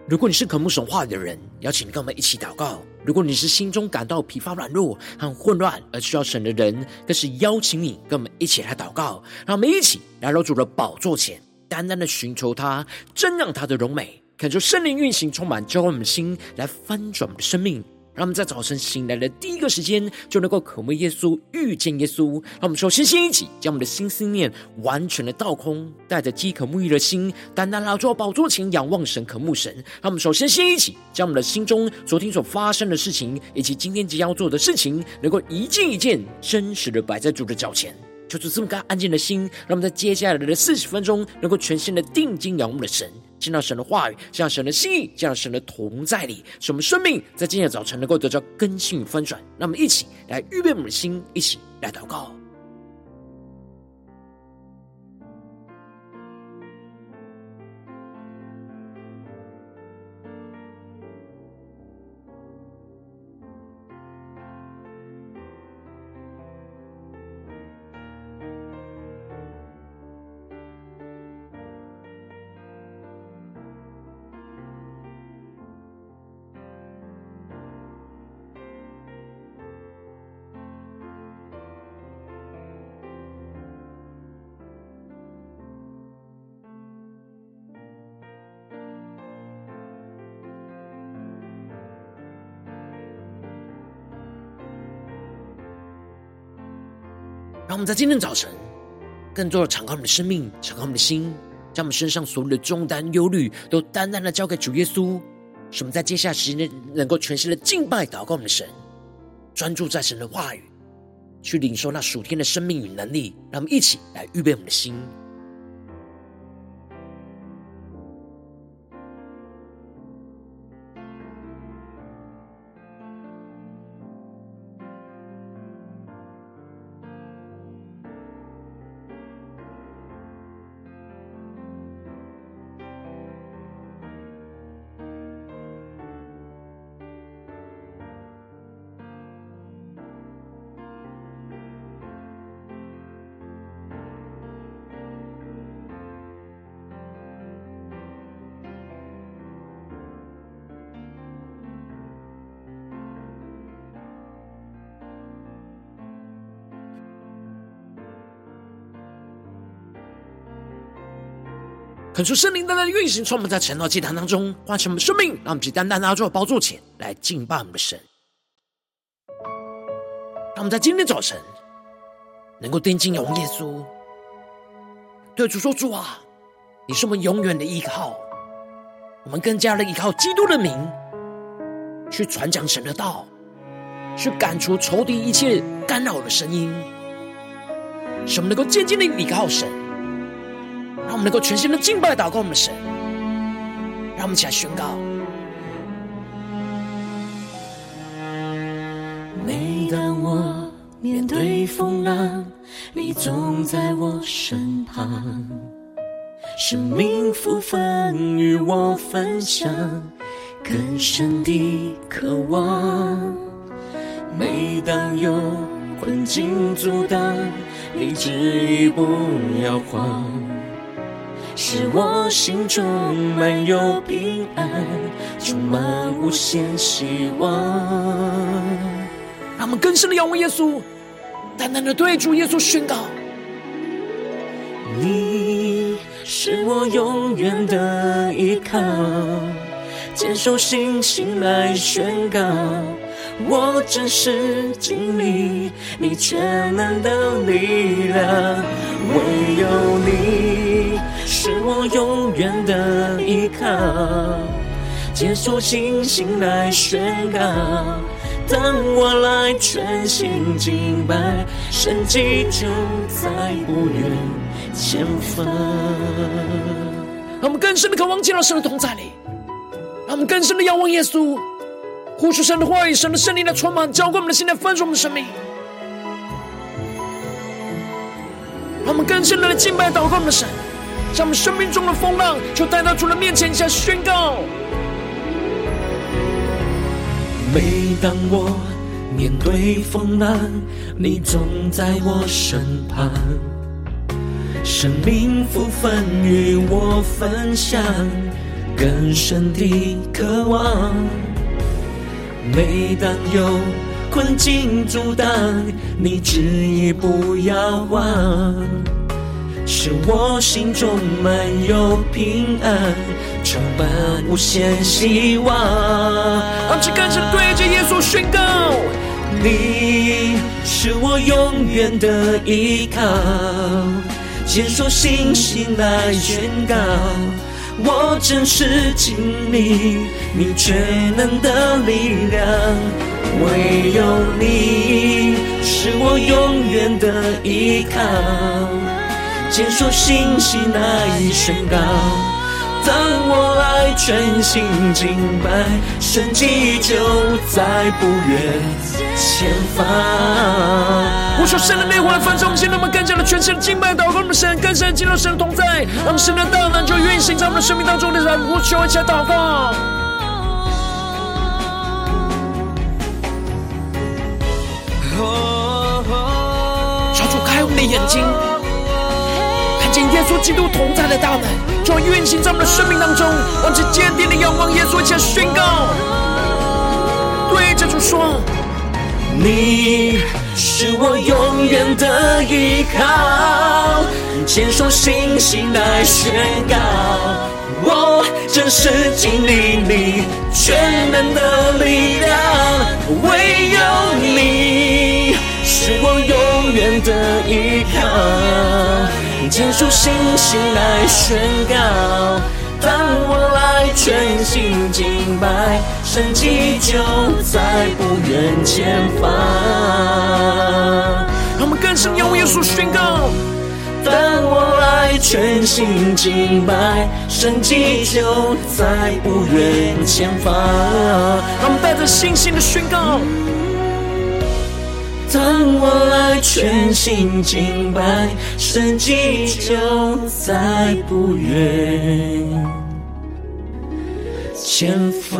如果你是渴慕神话语的人，邀请你跟我们一起祷告。如果你是心中感到疲乏软弱和混乱而需要神的人，更是邀请你跟我们一起来祷告。让我们一起来到主的宝座前，单单的寻求他，瞻仰他的荣美，恳求圣灵运行充满，浇灌我们的心，来翻转我们的生命。让我们在早晨醒来的第一个时间，就能够渴慕耶稣，遇见耶稣。让我们首先一起将我们的心思念完全的倒空，带着饥渴沐浴的心，单单来到宝座前仰望神，渴慕神。让我们首先一起将我们的心中昨天所发生的事情，以及今天即将要做的事情，能够一件一件真实的摆在主的脚前。求主这么个安静的心，让我们在接下来的40分钟，能够全心的定睛仰望我们的神，见到神的话语，见到神的心意，见到神的同在里，使我们生命在今天的早晨能够得到更新与翻转。让我们一起来预备我们的心，一起来祷告。让我们在今天早晨更多的敞开我们的生命，敞开我们的心，将我们身上所有的重担忧虑都单单的交给主耶稣，使我们在接下来时间能够全心的敬拜祷告我们的神，专注在神的话语，去领受那属天的生命与能力。让我们一起来预备我们的心。恳求圣灵单单的运行，充满在晨祷祭坛当中，唤醒我们的生命，让我们单单拿到宝座前来敬拜我们的神。让我们在今天早晨能够定睛仰望耶稣，对主说：主啊，你是我们永远的依靠。我们更加的依靠基督的名，去传讲神的道，去赶除仇敌一切干扰的声音，使我们能够渐渐的依靠神。让我们能够全心的敬拜祷告我们的神。让我们一起来宣告： 每当我面对风浪，你总在我身旁，生命福分与我分享，更深的渴望。每当有困境阻挡，你执意不摇晃，使我心中满有平安，充满无限希望。 让我们更深的仰望耶稣，单单的对主耶稣宣告： 你是我永远的依靠，坚守信心来宣告，我真实经历你全能的力量。唯有你是我永远的依靠，坚守信心来宣告，当我来全心敬拜，神迹就在不远前方。 让我们更深的渴望见到神的同在里，让我们更深的仰望耶稣，呼出神的话语，神的圣灵来充满浇灌我们的心，来分盛我们的生命。让我们更深的来敬拜祷告我们的神，将我们生命中的风浪就带到主的面前，下宣告： 每当我面对风浪，你总在我身旁，生命福分与我分享， 更深的渴望。每当有困境阻挡，你旨意不要忘，使我心中满有平安，充满无限希望。 让我们更深对着耶稣宣告， 你是我永远的依靠，坚守信心来宣告，我真实经历你全能的力量。唯有你是我永远的依靠，坚守信心来宣告，当我来全心敬拜，神迹就在不远前方。 呼求神的烈火来焚烧我们心，让我们更加的全心的敬拜祷告我们的神，更深的进入神的同在，让神的大能就运行在我们的生命当中。让我们呼求一起来祷告。求主开我们的眼睛，看见耶稣基督同在的大能就要运行在我们的生命当中。让我们坚定的仰望耶稣，一起来宣告，对着主说， 你是我永远的依靠，坚守信心来宣告，我真实经历你全能的力量。唯有你是我永远的依靠，坚守信心来宣告，当我来全心敬拜，神迹就在不远前方。 让我们更深仰望耶稣宣告， 当我来全心敬拜，神迹就在不远前方。 让我们带着信心的宣告， 当我来全心敬拜，神迹就在不远前方。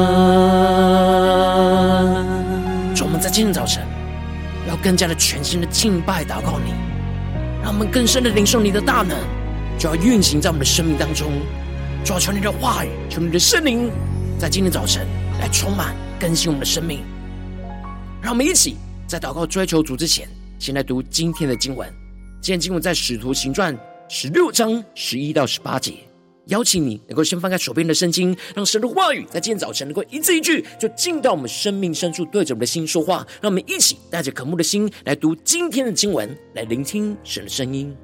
主，我们在今天早晨要更加的全心的敬拜祷告你，让我们更深的领受你的大能就要运行在我们的生命当中。主要求你的话语，求你的圣灵在今天早晨来充满更新我们的生命。让我们一起在祷告追求主之前，先来读今天的经文。今天经文在使徒行传16章11到18节。邀请你能够先翻开手边的圣经，让神的话语在今天早晨能够一字一句就进到我们生命深处，对着我们的心说话。让我们一起带着渴慕的心来读今天的经文，来聆听神的声音。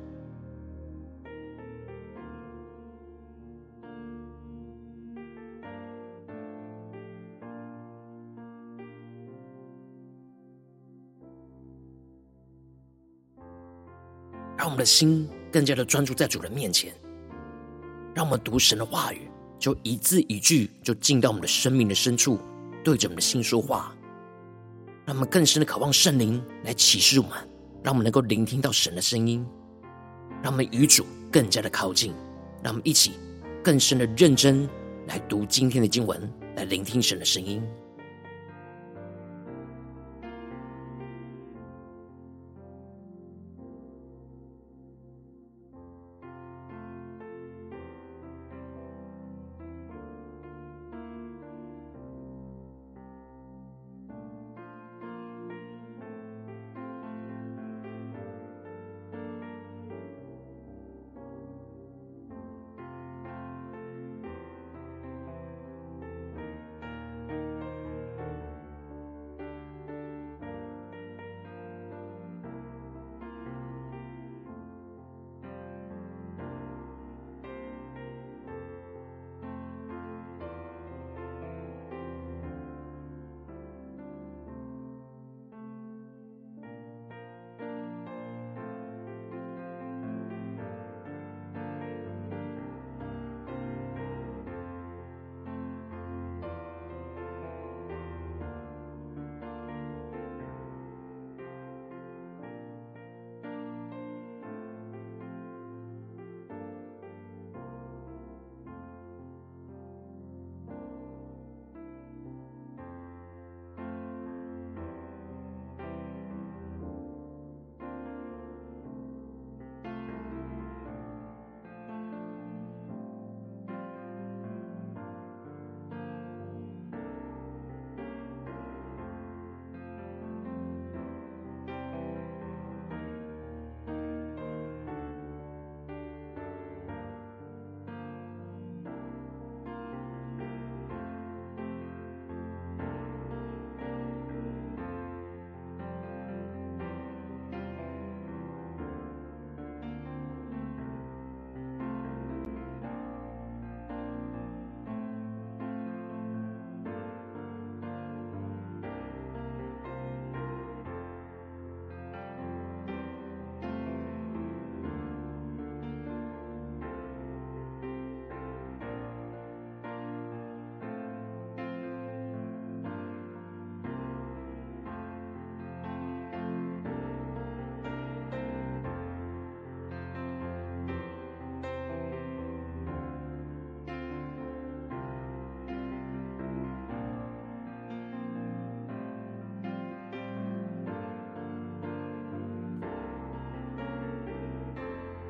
让我们的心更加的专注在主的面前，让我们读神的话语就一字一句就进到我们的生命的深处，对着我们的心说话。让我们更深的渴望圣灵来启示我们，让我们能够聆听到神的声音，让我们与主更加的靠近。让我们一起更深的认真来读今天的经文，来聆听神的声音。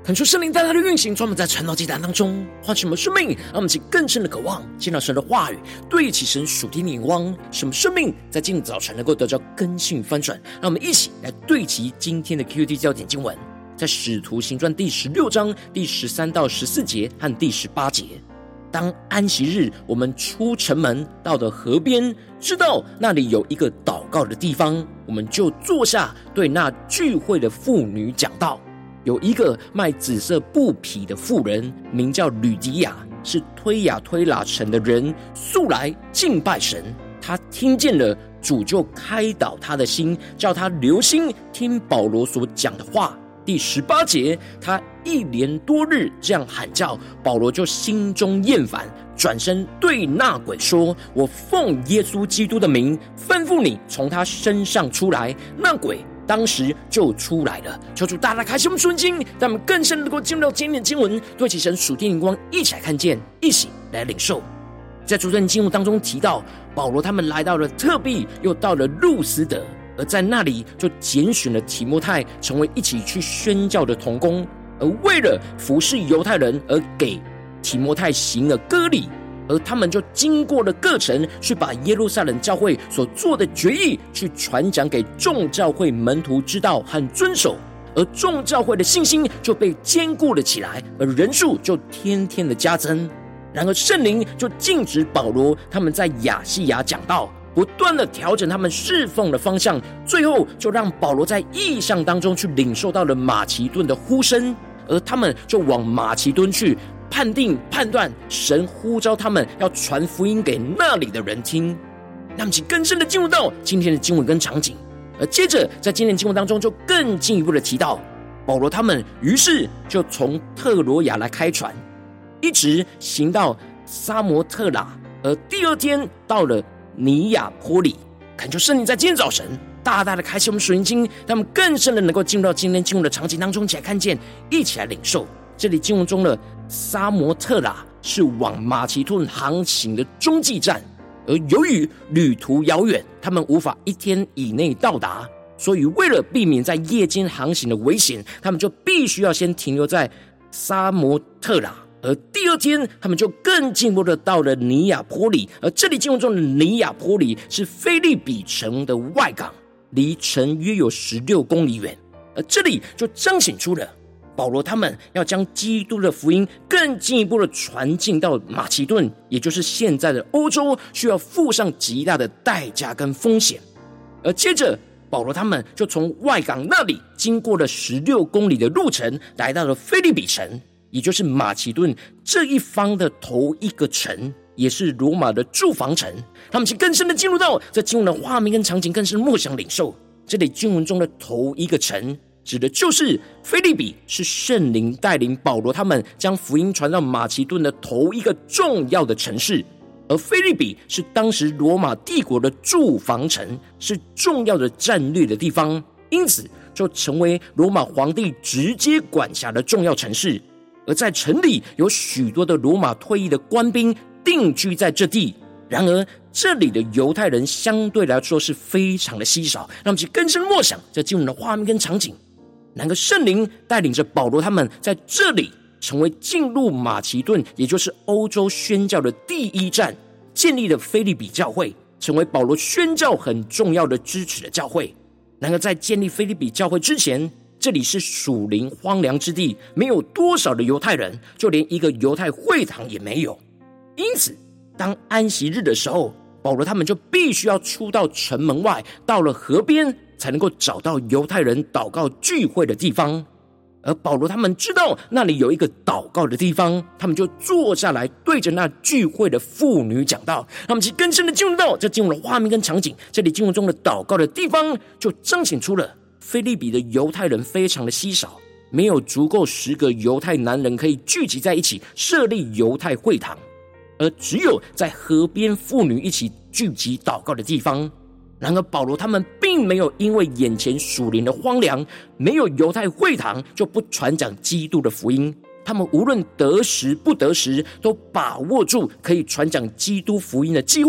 恳求圣灵带来的运行，专门在传道祭坛当中唤醒我们生命，让我们起更深的渴望见到神的话语，对齐神属天的眼光，使我们生命在今天早晨能够得到更新翻转。让我们一起来对齐今天的 QT 焦点经文，在使徒行传第16章第13到14节和第18节。当安息日，我们出城门，到了河边，知道那里有一个祷告的地方，我们就坐下，对那聚会的妇女讲道。有一个卖紫色布匹的妇人，名叫吕迪亚，是推雅推拉城的人，素来敬拜神。他听见了，主就开导他的心，叫他留心听保罗所讲的话。第18节，他一连多日这样喊叫，保罗就心中厌烦，转身对那鬼说：我奉耶稣基督的名吩咐你从他身上出来。那鬼当时就出来了。求主大大开启我们属灵经，让我们更深能够进入到今天的经文，对其神属天灵光一起来看见，一起来领受。在昨天的经文当中提到，保罗他们来到了特庇，又到了路斯德，而在那里就拣选了提摩太成为一起去宣教的同工，而为了服侍犹太人而给提摩太行了割礼。而他们就经过了各城，去把耶路撒冷教会所做的决议去传讲给众教会门徒知道和遵守，而众教会的信心就被坚固了起来，而人数就天天的加增。然而圣灵就禁止保罗他们在亚细亚讲道，不断的调整他们侍奉的方向，最后就让保罗在异象当中去领受到了马其顿的呼声，而他们就往马其顿去判断神呼召他们要传福音给那里的人听。那么请更深的进入到今天的经文跟场景，而接着在今天的经文当中就更进一步的提到，保罗他们于是就从特罗亚来开船，一直行到撒摩特拉，而第二天到了尼亚坡里。恳求圣灵在今天早晨大大的开启我们属灵经，让我们更深的能够进入到今天经文的场景当中，一起来看见，一起来领受。这里经文中的撒摩特拉是往马其顿航行的中继站，而由于旅途遥远，他们无法一天以内到达，所以为了避免在夜间航行的危险，他们就必须要先停留在撒摩特拉，而第二天他们就更进一步的到了尼亚坡里。而这里经文中的尼亚坡里是腓立比城的外港，离城约有16公里远。而这里就彰显出了保罗他们要将基督的福音更进一步的传进到马其顿，也就是现在的欧洲，需要付上极大的代价跟风险。而接着保罗他们就从外港那里经过了16公里的路程，来到了腓立比城，也就是马其顿这一方的头一个城，也是罗马的住房城。他们请更深的进入到这经文的画面跟场景，更是默想领受。这里经文中的头一个城指的就是腓立比，是圣灵带领保罗他们将福音传到马其顿的头一个重要的城市。而腓立比是当时罗马帝国的驻防城，是重要的战略的地方，因此就成为罗马皇帝直接管辖的重要城市。而在城里有许多的罗马退役的官兵定居在这地，然而这里的犹太人相对来说是非常的稀少。让我们去更深默想这经文的画面跟场景。然而圣灵带领着保罗他们在这里成为进入马其顿，也就是欧洲宣教的第一站，建立了腓立比教会，成为保罗宣教很重要的支持的教会。然而在建立腓立比教会之前，这里是属灵荒凉之地，没有多少的犹太人，就连一个犹太会堂也没有。因此当安息日的时候，保罗他们就必须要出到城门外，到了河边，才能够找到犹太人祷告聚会的地方。而保罗他们知道那里有一个祷告的地方，他们就坐下来对着那聚会的妇女讲道。他们其实更深的进入到这经文的画面跟场景，这里经文中的祷告的地方就彰显出了腓立比的犹太人非常的稀少，没有足够10个犹太男人可以聚集在一起设立犹太会堂，而只有在河边妇女一起聚集祷告的地方。然而保罗他们并没有因为眼前属灵的荒凉，没有犹太会堂就不传讲基督的福音。他们无论得时不得时，都把握住可以传讲基督福音的机会，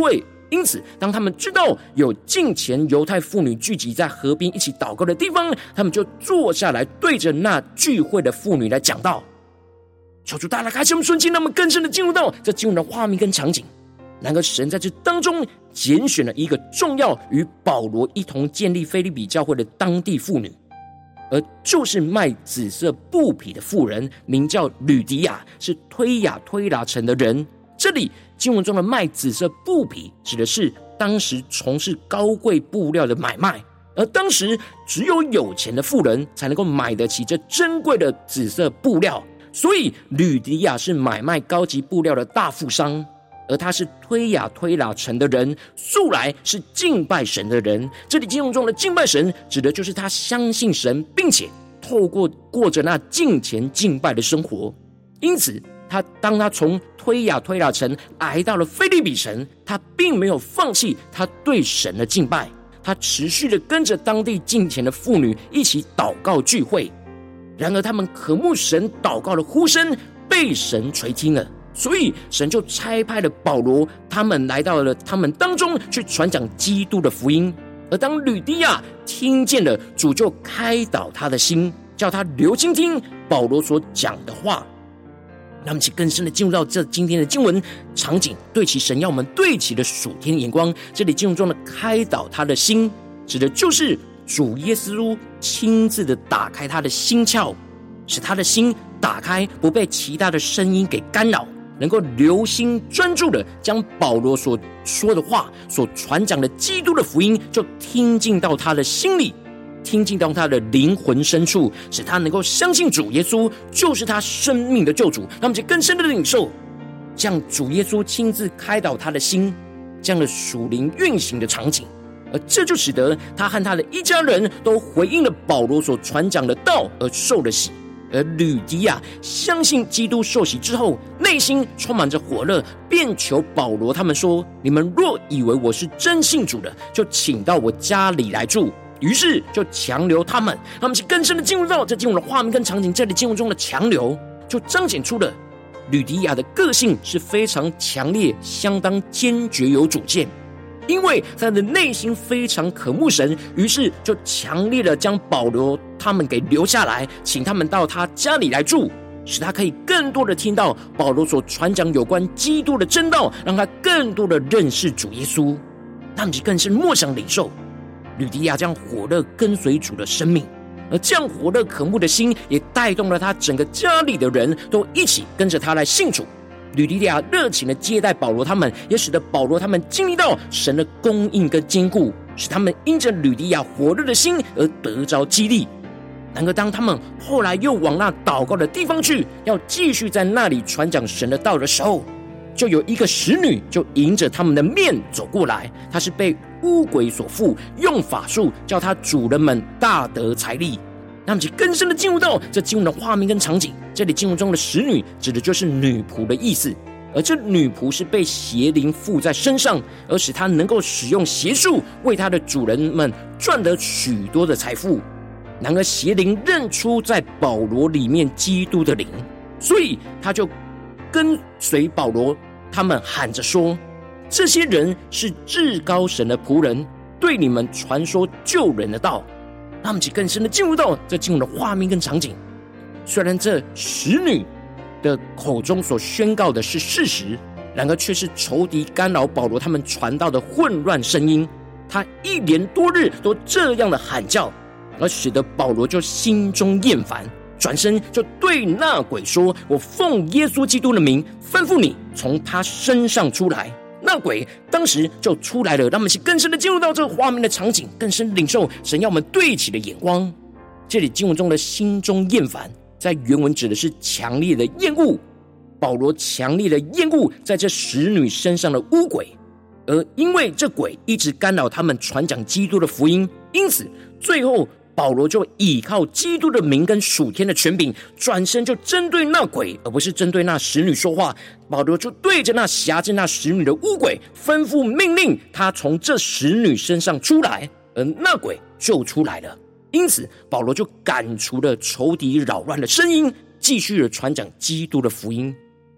因此当他们知道有近前犹太妇女聚集在河边一起祷告的地方，他们就坐下来对着那聚会的妇女来讲道。求主大大开启我们顺境，让我们更深的进入到这经文的画面跟场景。然而神在这当中拣选了一个重要与保罗一同建立腓立比教会的当地妇女，而就是卖紫色布匹的妇人，名叫吕迪亚，是推拉城的人。这里经文中的卖紫色布匹指的是当时从事高贵布料的买卖，而当时只有有钱的妇人才能够买得起这珍贵的紫色布料，所以吕迪亚是买卖高级布料的大富商。而他是推拉城的人，素来是敬拜神的人。这里经文中的敬拜神指的就是他相信神，并且透过过着那敬虔敬拜的生活。因此当他从推拉城来到了腓立比城，他并没有放弃他对神的敬拜，他持续的跟着当地敬虔的妇女一起祷告聚会。然而他们渴慕神祷告的呼声被神垂听了，所以神就差派了保罗他们来到了他们当中去传讲基督的福音。而当吕迪亚听见了，主就开导他的心，叫他留心听保罗所讲的话。让我们一起更深的进入到这今天的经文场景，对齐神要我们对齐的属天的眼光。这里经文中的开导他的心，指的就是主耶稣亲自的打开他的心窍，使他的心打开，不被其他的声音给干扰，能够留心专注的将保罗所说的话，所传讲的基督的福音，就听进到他的心里，听进到他的灵魂深处，使他能够相信主耶稣就是他生命的救主。让我们就更深的领受这样主耶稣亲自开导他的心，这样的属灵运行的场景。而这就使得他和他的一家人都回应了保罗所传讲的道，而受了洗。而吕迪亚相信基督受洗之后，内心充满着火热，便求保罗他们说：你们若以为我是真信主的，就请到我家里来住。于是就强留他们。他们是更深的进入到这经文的画面跟场景。这里经文中的强留就彰显出了吕迪亚的个性是非常强烈，相当坚决有主见。因为他的内心非常渴慕神，于是就强烈的将保罗他们给留下来，请他们到他家里来住，使他可以更多的听到保罗所传讲有关基督的真道，让他更多的认识主耶稣。他们就更是默想领受吕迪亚这样火热跟随主的生命，而这样火热渴慕的心也带动了他整个家里的人都一起跟着他来信主。吕迪亚热情的接待保罗他们，也使得保罗他们经历到神的供应跟坚固，使他们因着吕迪亚火热的心而得着激励。然而当他们后来又往那祷告的地方去，要继续在那里传讲神的道的时候，就有一个使女就迎着他们的面走过来，她是被污鬼所附，用法术叫他主人们大得财力。那么就更深的进入到这经文的画面跟场景。这里经文中的使女指的就是女仆的意思，而这女仆是被邪灵附在身上，而使她能够使用邪术为她的主人们赚得许多的财富。然而邪灵认出在保罗里面基督的灵，所以他就跟随保罗他们喊着说：这些人是至高神的仆人，对你们传说救人的道。他们就更深的进入到这经文的画面跟场景。虽然这使女的口中所宣告的是事实，然而却是仇敌干扰保罗他们传道的混乱声音。他一连多日都这样的喊叫，而使得保罗就心中厌烦，转身就对那鬼说：我奉耶稣基督的名吩咐你从他身上出来。那鬼当时就出来了。让我们更深的进入到这个画面的场景，更深领受神要我们对齐的眼光。这里经文中的心中厌烦，在原文指的是强烈的厌恶。保罗强烈的厌恶在这使女身上的污鬼，而因为这鬼一直干扰他们传讲基督的福音，因此最后保罗就倚靠基督的名跟属天的权柄，转身就针对那鬼，而不是针对那使女说话。保罗就对着那辖制那使女的污鬼吩咐命令他从这使女身上出来，而那鬼就出来了。因此保罗就赶除了仇敌扰乱的声音，继续的传讲基督的福音。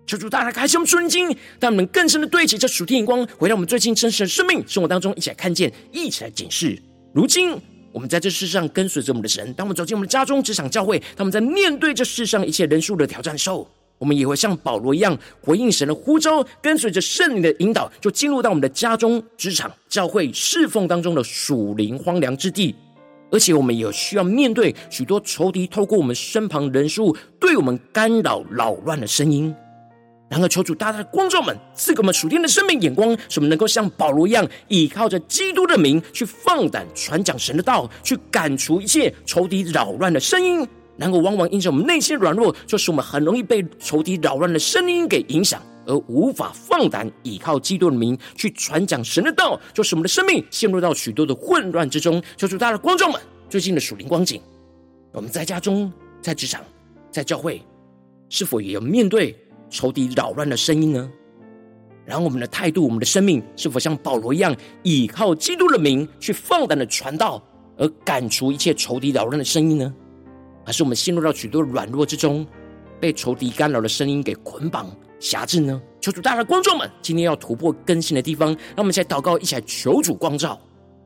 求主大大开启我们属灵经，让我们更深的对齐这属天眼光，回到我们最近真实的生命生活当中，一起来看见，一起来检视。如今我们在这世上跟随着我们的神，当我们走进我们的家中、职场、教会，当我们在面对这世上一切人数的挑战的时候，我们也会像保罗一样回应神的呼召，跟随着圣灵的引导，就进入到我们的家中、职场、教会侍奉当中的属灵荒凉之地。而且我们也需要面对许多仇敌透过我们身旁人数对我们干扰扰乱的声音。然而求主大大的光照们，赐给我们属天的生命眼光，使我们能够像保罗一样，依靠着基督的名去放胆传讲神的道，去赶除一切仇敌扰乱的声音。然而往往因着我们内心软弱，就使我们很容易被仇敌扰乱的声音给影响，而无法放胆依靠基督的名去传讲神的道，就使我们的生命陷入到许多的混乱之中。求主大大的光照们，最近的属灵光景，我们在家中、在职场、在教会，是否也有面对仇敌扰乱的声音呢？然后我们的态度、我们的生命，是否像保罗一样，依靠基督的名去放胆的传道，而赶除一切仇敌扰乱的声音呢？还是我们陷入到许多软弱之中，被仇敌干扰的声音给捆绑辖制呢？求主大大的光照们，今天要突破更新的地方，让我们一起来祷告，一起来求主光照。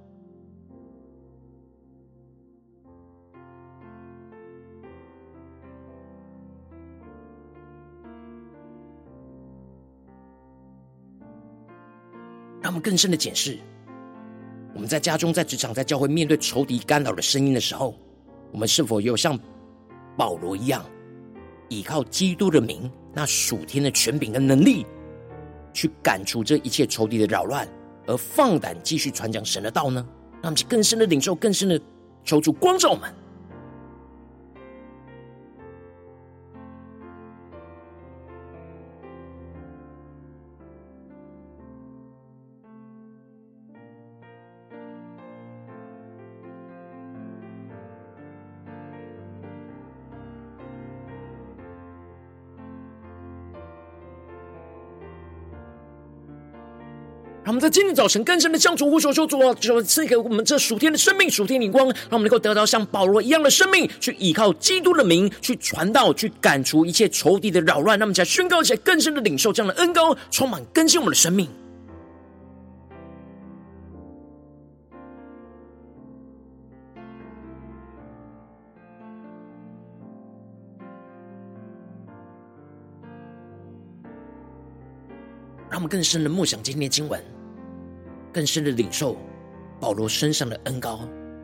让我们更深的检视，我们在家中、在职场、在教会面对仇敌干扰的声音的时候，我们是否也有像保罗一样，依靠基督的名，那属天的权柄跟能力，去赶除这一切仇敌的扰乱，而放胆继续传讲神的道呢？让我们更深的领受，更深的求主光照我们。让我们在今天早晨更深的向主呼求，说主啊，求赐给我们这属天的生命、属天灵光，让我们能够得到像保罗一样的生命，去依靠基督的名，去传道，去赶除一切仇敌的扰乱。让我们在宣告起来，更深的领受这样的恩膏，充满更新我们的生命。让我们更深的默想今天的经文，更深的领受保罗身上的恩膏，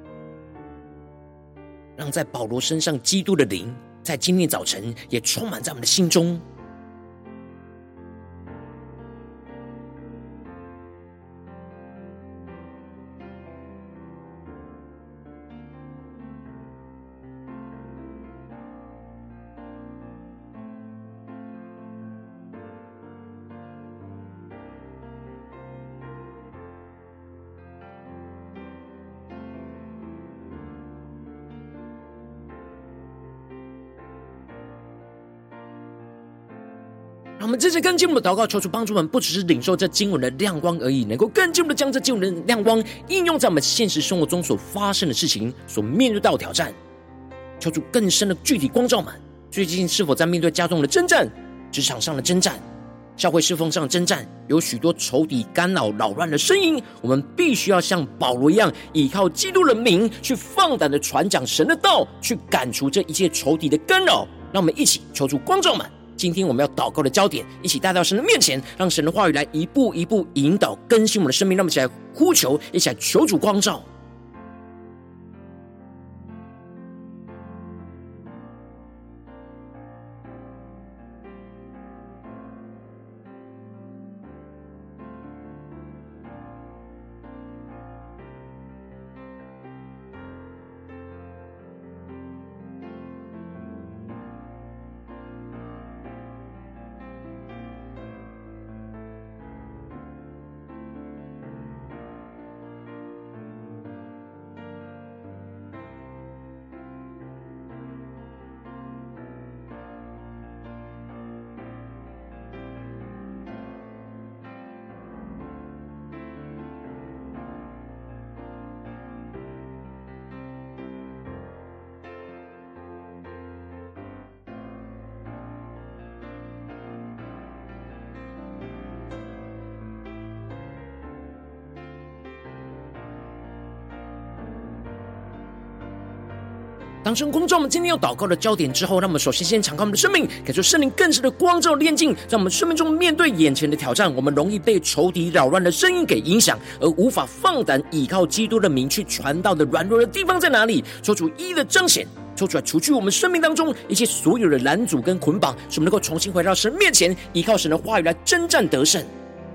让在保罗身上基督的灵，在今天早晨也充满在我们的心中。让我们这次更进一步的祷告，求主帮助我们，不只是领受这经文的亮光而已，能够更进一步的将这经文的亮光应用在我们现实生活中所发生的事情、所面对到的挑战。求主更深的具体光照们，最近是否在面对家中的征战、职场上的征战、教会侍奉上的征战，有许多仇敌干扰扰乱的声音，我们必须要像保罗一样，依靠基督的名，去放胆的传讲神的道，去赶除这一切仇敌的干扰。让我们一起求主光照们。今天我们要祷告的焦点，一起带到神的面前，让神的话语来一步一步引导更新我们的生命。让我们一起来呼求，一起来求主光照。 当神光照我们今天要祷告的焦点之后，让我们首先敞开我们的生命，感受圣灵更深的光照炼净，在我们生命中面对眼前的挑战，我们容易被仇敌扰乱的声音给影响，而无法放胆倚靠基督的名去传道的软弱的地方在哪里？求主一一的彰显，求主来除去我们生命当中一切所有的拦阻跟捆绑，使我们能够重新回到神面前，依靠神的话语来征战得胜。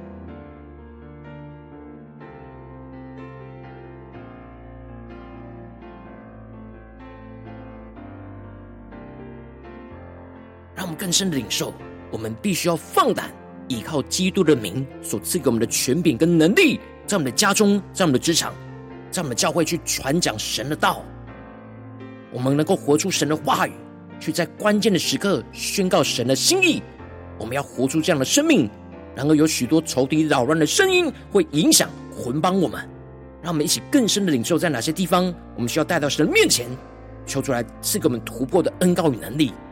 让我们更深的领受，我们必须要放胆依靠基督的名所赐给我们的权柄跟能力，在我们的家中，在我们的职场，在我们的教会去传讲神的道。我们能够活出神的话语，去在关键的时刻宣告神的心意。我们要活出这样的生命。然而有许多仇敌扰乱的声音会影响捆绑我们，让我们一起更深的领受在哪些地方我们需要带到神的面前，求出来赐给我们突破的恩膏与能力。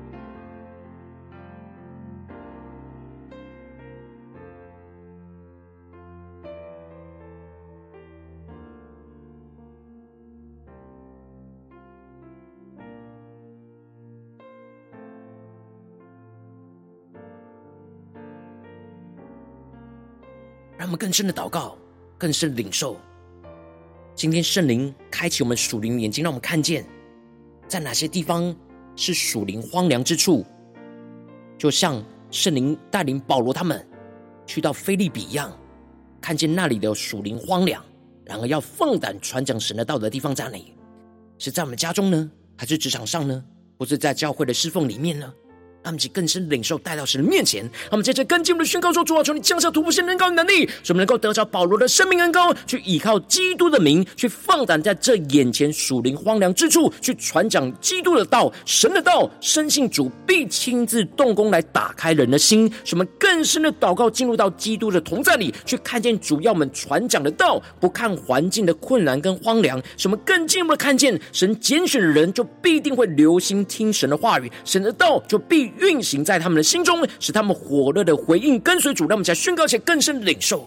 让我们更深的祷告，更深的领受。今天圣灵开启我们属灵的眼睛，让我们看见在哪些地方是属灵荒凉之处，就像圣灵带领保罗他们去到腓立比一样，看见那里的属灵荒凉，然而要放胆传讲神的道的地方在哪里？是在我们家中呢，还是职场上呢，或是在教会的侍奉里面呢？让我们一起更深领受带到神的面前。让我们接着跟进我们的宣告说：主啊，求你降下突破性的恩膏与能力，使我们能够得着保罗的生命恩膏，去依靠基督的名，去放胆在这眼前属灵荒凉之处，去传讲基督的道、神的道。深信主必亲自动工来打开人的心，使我们更深的祷告进入到基督的同在里，去看见主要我们传讲的道，不看环境的困难跟荒凉，使我们更进一步的看见神拣选的人就必定会留心听神的话语，神的道就必运行在他们的心中，使他们火热的回应跟随主。让我们再宣告且更深的领受。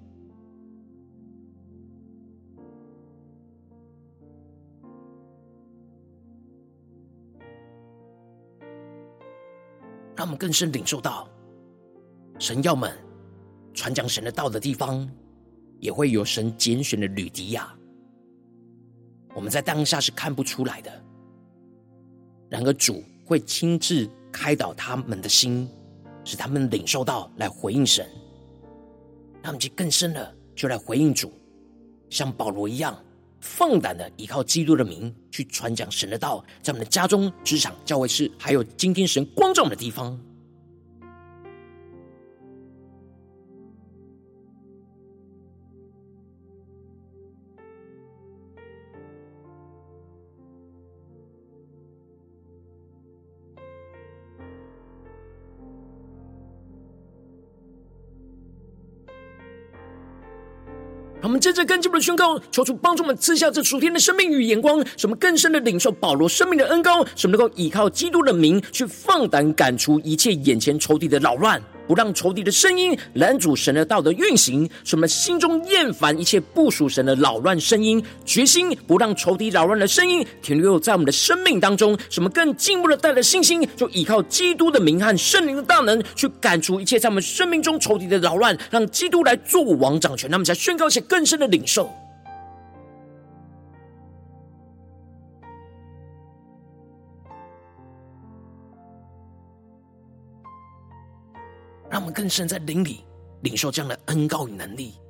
让我们更深领受到神要们传讲神的道的地方，也会有神拣选的吕底亚。我们在当下是看不出来的，然而主会亲自开导他们的心，使他们领受到来回应神。让我们就更深的就来回应主，像保罗一样放胆的依靠基督的名去传讲神的道，在我们的家中、职场、教会室，还有今天神光照我们的地方。让我们接着更进一步的宣告，求主帮助我们赐下这属天的生命与眼光，使我们更深的领受保罗生命的恩膏，使我们能够依靠基督的名去放胆赶除一切眼前仇敌的扰乱，不让仇敌的声音拦阻神的道的运行，使我们心中厌烦一切不属神的扰乱声音，决心不让仇敌扰乱的声音停留在我们的生命当中，使我们更进一步的带着信心，就依靠基督的名和圣灵的大能去赶除一切在我们生命中仇敌的扰乱，让基督来做王掌权。那么才宣告一些更深的领受。让我们更深在灵里领受这样的恩膏与能力，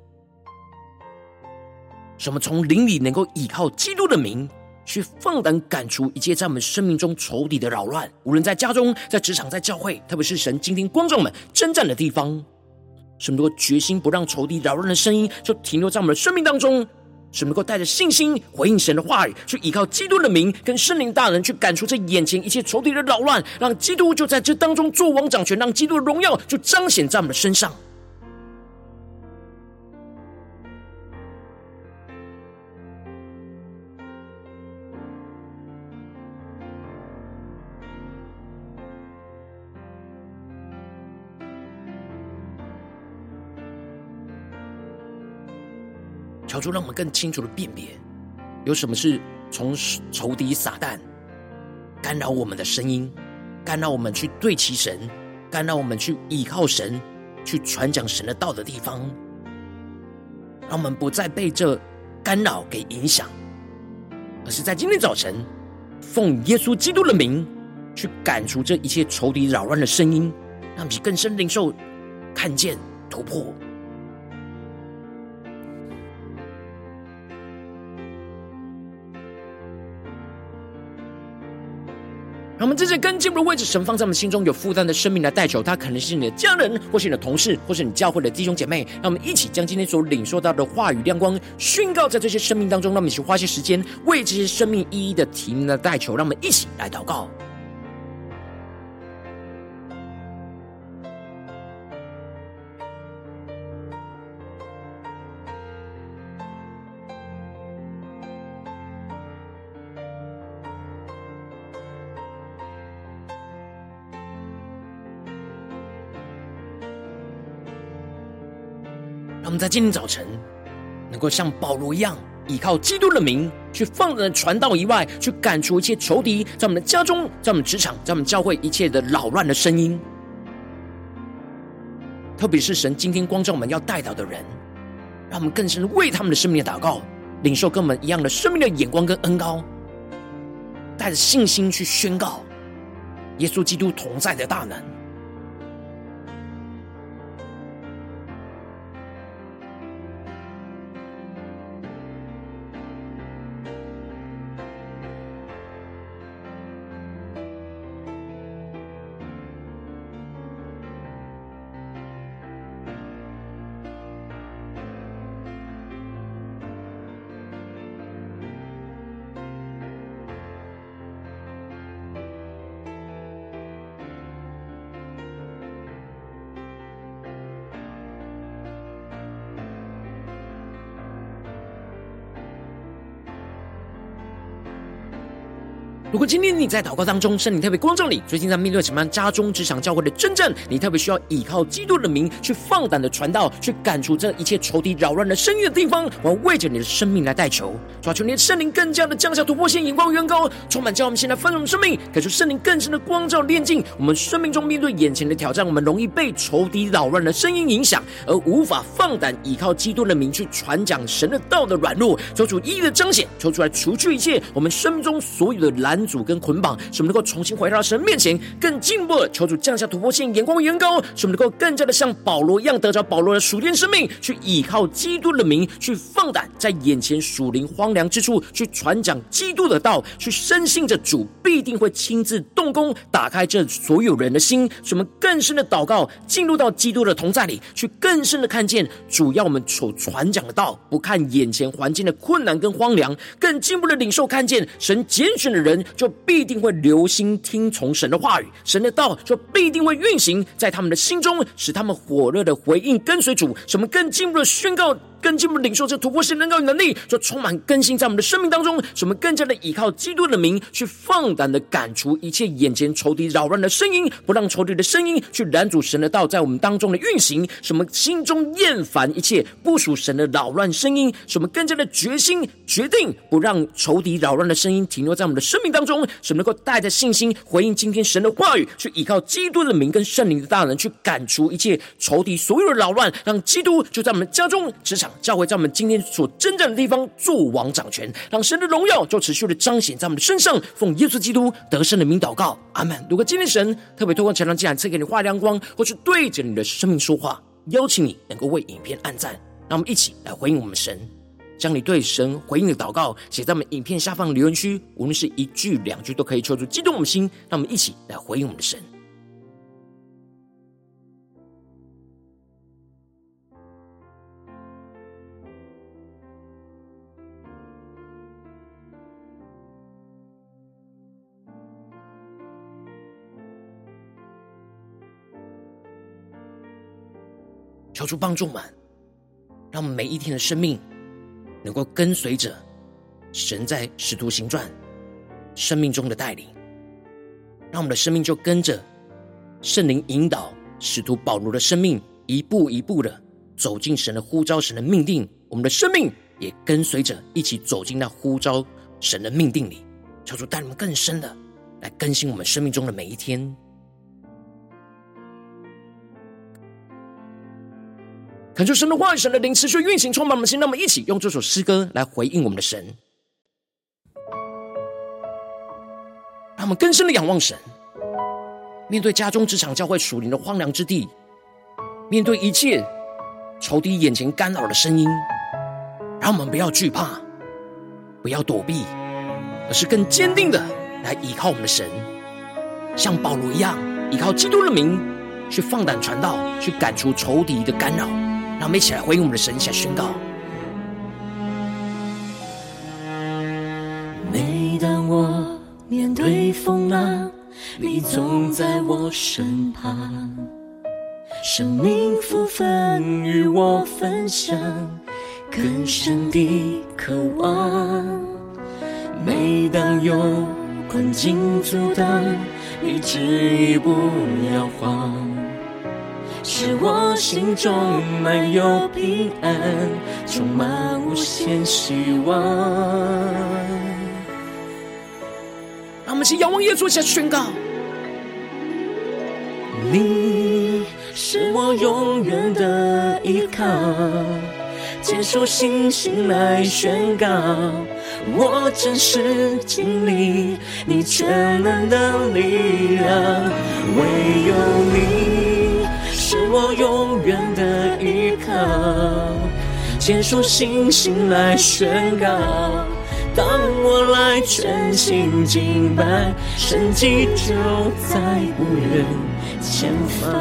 使我们从灵里能够依靠基督的名去放胆赶除一切在我们生命中仇敌的扰乱，无论在家中、在职场、在教会，特别是神今天光照我们征战的地方，使我们能够决心不让仇敌扰乱的声音就停留在我们的生命当中，使我们能够带着信心回应神的话语，去依靠基督的名跟圣灵大能去赶出这眼前一切仇敌的扰乱，让基督就在这当中做王掌权，让基督的荣耀就彰显在我们的身上。求主让我们更清楚的辨别，有什么是从仇敌撒旦干扰我们的声音，干扰我们去对齐神，干扰我们去倚靠神，去传讲神的道的地方。让我们不再被这干扰给影响，而是在今天早晨奉耶稣基督的名去赶除这一切仇敌扰乱的声音，让我们更深领受看见突破。让我们在这更进一步的位置，神放在我们心中有负担的生命来代求，他可能是你的家人，或是你的同事，或是你教会的弟兄姐妹。让我们一起将今天所领受到的话语亮光宣告在这些生命当中，让我们一起花些时间为这些生命一一的提名的代求。让我们一起来祷告。让我们在今天早晨能够像保罗一样，依靠基督的名去放胆的传道以外，去赶除一切仇敌在我们的家中，在我们职场，在我们教会一切的扰乱的声音。特别是神今天光照我们要带导的人，让我们更深为他们的生命的祷告，领受跟我们一样的生命的眼光跟恩膏，带着信心去宣告耶稣基督同在的大能。如果今天你在祷告当中，圣灵特别光照你，最近在面对什么样家中、职场、教会的征战，你特别需要依靠基督的名去放胆的传道，去赶除这一切仇敌扰乱的声音的地方，我要为着你的生命来代求，求你的圣灵更加的降下突破线、眼光远高，充满叫我们现在丰盛的生命，给出圣灵更深的光照炼净我们生命中面对眼前的挑战，我们容易被仇敌扰乱的声音影响，而无法放胆依靠基督的名去传讲神的道的软弱，求主一一的彰显，求出来除去一切我们生命中所有的拦阻跟捆绑，使我们能够重新回到神面前，更进一步的求主降下突破线、眼光远高，使我们能够更加的像保罗一样，得着保罗的属天生命，去依靠基督的名，去放胆在眼前属灵荒凉之处去传讲基督的道，去深信着主必定会亲自动工，打开这所有人的心，使我们更深的祷告，进入到基督的同在里，去更深的看见主要我们所传讲的道，不看眼前环境的困难跟荒凉，更进一步的领受看见神拣选的人就必定会留心听从神的话语，神的道就必定会运行在他们的心中，使他们火热的回应跟随主，使我们更进一步的宣告，更进一步领受这突破性能够能力，就充满更新在我们的生命当中，使我们更加的依靠基督的名，去放胆的赶除一切眼前仇敌扰乱的声音，不让仇敌的声音去拦阻神的道在我们当中的运行，使我们心中厌烦一切不属神的扰乱声音，使我们更加的决心决定不让仇敌扰乱的声音停留在我们的生命当中，使我们能够带着信心回应今天神的话语，去依靠基督的名跟圣灵的大能，去赶除一切仇敌所有的扰乱，让基督就在我们家中、职场、教会，在我们今天所征战的地方做王掌权，让神的荣耀就持续的彰显在我们的身上。奉耶稣基督得胜的名祷告，阿们。如果今天神特别透过这场祭坛赐给你画亮光，或是对着你的生命说话，邀请你能够为影片按赞，让我们一起来回应我们神，将你对神回应的祷告写在我们影片下方留言区，无论是一句两句都可以，求主激动我们心，让我们一起来回应我们的神。求主帮助我们，让我们每一天的生命能够跟随着神在使徒行传生命中的带领，让我们的生命就跟着圣灵引导使徒保罗的生命一步一步的走进神的呼召、神的命定，我们的生命也跟随着一起走进那呼召神的命定里。求主带你们更深的来更新我们生命中的每一天。恳求神的话语、神的灵持续运行充满我们的心，让我们一起用这首诗歌来回应我们的神，让我们更深的仰望神。面对家中、职场、教会属灵的荒凉之地，面对一切仇敌眼前干扰的声音，让我们不要惧怕，不要躲避，而是更坚定的来依靠我们的神，像保罗一样，依靠基督的名去放胆传道，去赶除仇敌的干扰。让我们一起来回应我们的神，一起来宣告。 每当我面对风浪，你总在我身旁，生命福分与我分享，更深的渴望。每当有困境阻挡，你执意不摇晃，使我心中满有平安，充满无限希望。 让我们一起仰望耶稣，一起来宣告： 你是我永远的依靠，接受信心来宣告，我真实经历你全能的力量，唯有你是我永远的依靠，接受信心来宣告，当我来全心敬拜，神迹就在不远前方。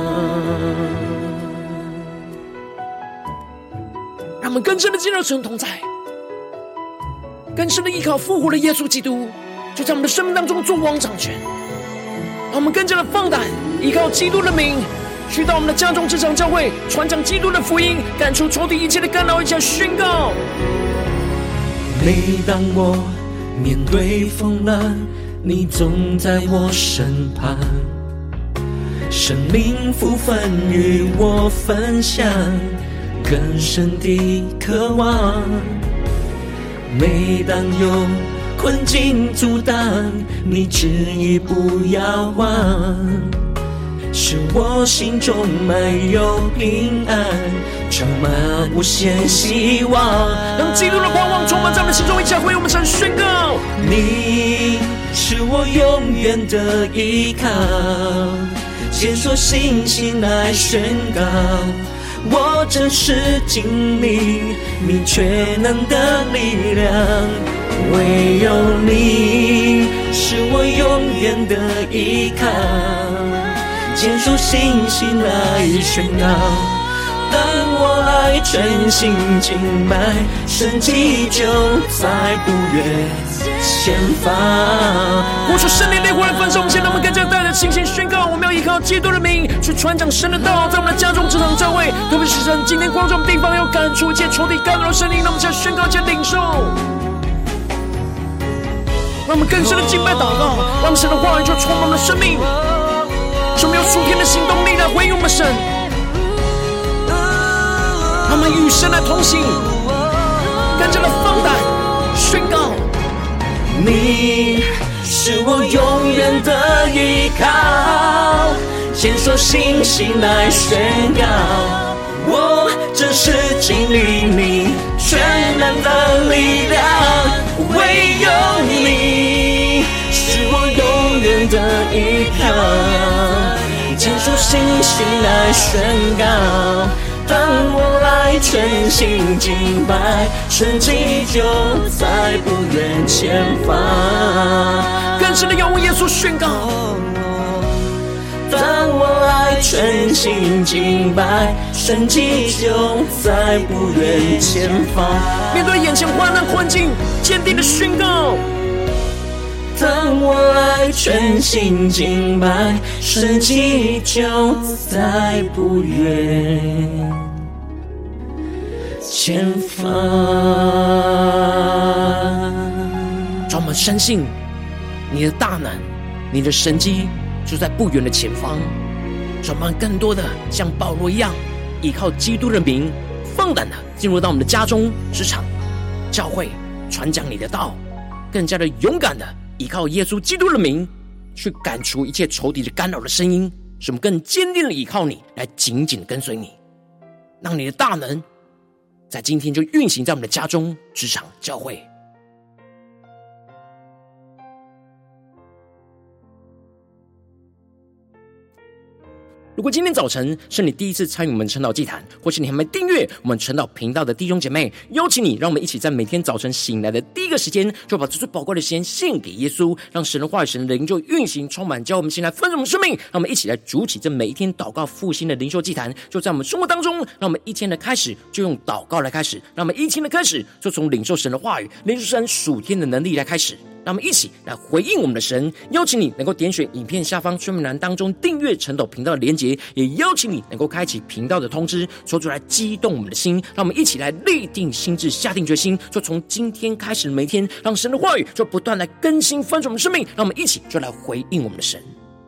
让我们更深的进入神同在，更深的依靠复活的耶稣基督，就在我们的生命当中做王掌权。让我们更加的放胆依靠基督的名，去到我们的家中、职场、教会，传讲基督的福音，赶出仇敌一切的干扰，一起来宣告。 每当我面对风浪，你总在我身旁，生命福分与我分享，更深的渴望。每当有困境阻挡，你执意不要忘，使我心中满有平安，充满无限希望。 让基督的盼望充满在我们心中，一起来回应我们神宣告： 你是我永远的依靠，接受信心来宣告，我真实经历你全能的力量，唯有你是我永远的依靠，接受信心来宣告，当我来全心敬拜，神迹就在不远前方。 呼出圣灵烈火来焚烧我们，现在我们更加带着信心宣告，我们要依靠基督的名去传讲神的道，在我们的家中、职场、教会，特别是神今天光照我们地方，要赶出一切仇敌干扰的声音。让我们再宣告，再领受，让我们更深的敬拜祷告，让神的话语就充满我们的生命，使我们有属天的行动力来回应我们神，让我们与神来同行，更加的放胆宣告。 你是我永远的依靠，接受信心来宣告，我真实经历你全能的力量，唯有你是我永远的依靠，接受信心来宣告，当我来全心敬拜，神迹就在不远前方。 更深的仰望耶稣宣告， 当我来全心敬拜，神迹就在不远前方。 面对眼前患难困境，坚定的宣告， 当我来全心敬拜，神迹就在不远前方。 让我们深信你的大能，你的神迹就在不远的前方。让我们更多的像保罗一样，依靠基督的名，放胆的进入到我们的家中、职场、教会，传讲你的道，更加的勇敢的依靠耶稣基督的名， 去赶除一切仇敌的干扰的声音，使我们更坚定的依靠你，来紧紧的跟随你，让你的大能在今天就运行在我们的家中、职场、教会。如果今天早晨是你第一次参与我们晨祷祭坛，或是你还没订阅我们晨祷频道的弟兄姐妹，邀请你，让我们一起在每天早晨醒来的第一个时间，就把这最宝贵的时间献给耶稣，让神的话语、神的灵就运行充满，教我们先来分盛我们生命。让我们一起来主起这每一天祷告复兴的灵修祭坛，就在我们生活当中。让我们一天的开始就用祷告来开始，让我们一天的开始就从领受神的话语、领受神属天的能力来开始。让我们一起来回应我们的神，邀请你能够点选影片下方说明栏当中订阅晨祷频道的连结，也邀请你能够开启频道的通知，说出来激动我们的心。让我们一起来立定心志，下定决心，就从今天开始的每一天，让神的话语就不断来更新翻转我们的生命。让我们一起就来回应我们的神。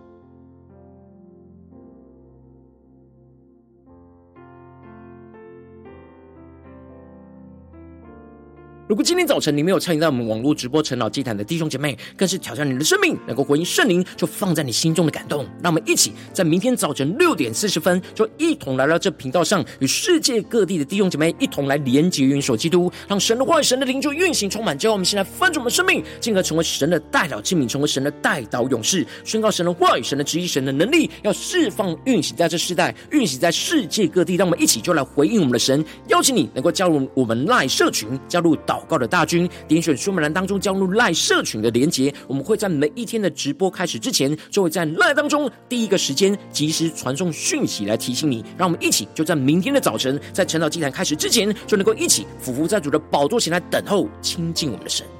如果今天早晨你没有参与到我们网络直播晨祷祭坛的弟兄姐妹，更是挑战你的生命，能够回应圣灵就放在你心中的感动。让我们一起在明天早晨6点40分，就一同来到这频道上，与世界各地的弟兄姐妹一同来连结元首基督，让神的话语、神的灵就运行充满，叫我们现在翻转我们的生命，进而成为神的代祷器皿，成为神的代祷勇士，宣告神的话语、神的旨意、神的能力，要释放运行在这世代，运行在世界各地。让我们一起就来回应我们的神，邀请你能够加入我们 LINE 社群，加入祷告的大军，点选说明栏当中加入 LINE 社群的连结。我们会在每一天的直播开始之前，就会在 LINE 当中第一个时间及时传送讯息来提醒你。让我们一起就在明天的早晨，在晨祷祭坛开始之前，就能够一起俯伏在主的宝座前来等候亲近我们的神。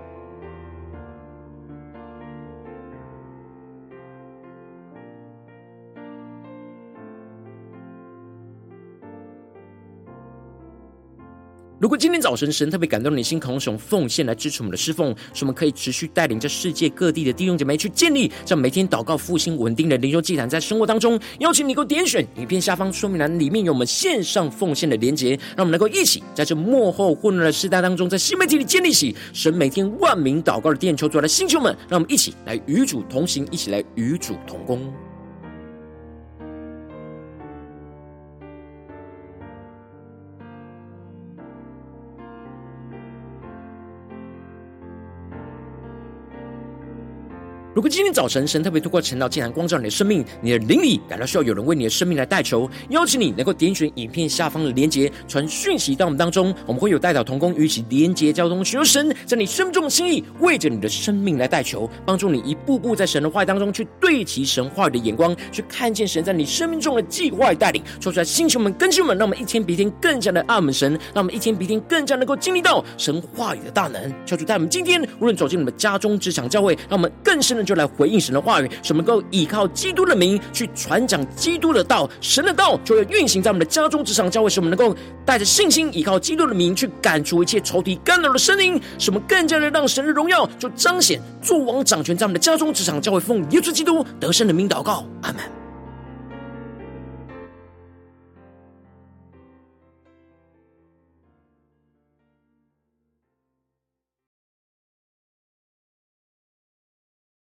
如果今天早晨神特别感动你的心，渴望使用奉献来支持我们的侍奉，使我们可以持续带领着世界各地的弟兄姐妹去建立这每天祷告复兴稳定的灵修祭坛，在生活当中，邀请你能够点选影片下方说明栏里面有我们线上奉献的连结，让我们能够一起在这末后混乱的时代当中，在新媒体里建立起神每天万名祷告的殿。求主的星球们，让我们一起来与主同行，一起来与主同工。如果今天早晨神特别透过晨祷祭坛光照你的生命，你的灵里感到需要有人为你的生命来代求，邀请你能够点选影片下方的连结，传讯息到我们当中，我们会有代祷同工与其连结交通，寻求神在你生命中的心意，为着你的生命来代求，帮助你一步步在神的话语当中去对齐神话语的眼光，去看见神在你生命中的计划与带领。说出来，星球们、更新们，让我们一天比一天更加的爱我们神，让我们一天比一天更加能够经历到神话语的大能。求主带我们今天无论走进我们的家中、职场、教会，让我们更深的就来回应神的话语，使我们能够依靠基督的名去传讲基督的道，神的道就会运行在我们的家中、职场、教会，使我们能够带着信心依靠基督的名去赶除一切仇敌干扰的声音，使我们更加的让神的荣耀就彰显、作王掌权在我们的家中、职场、教会，奉耶稣基督得胜的名祷告，阿们。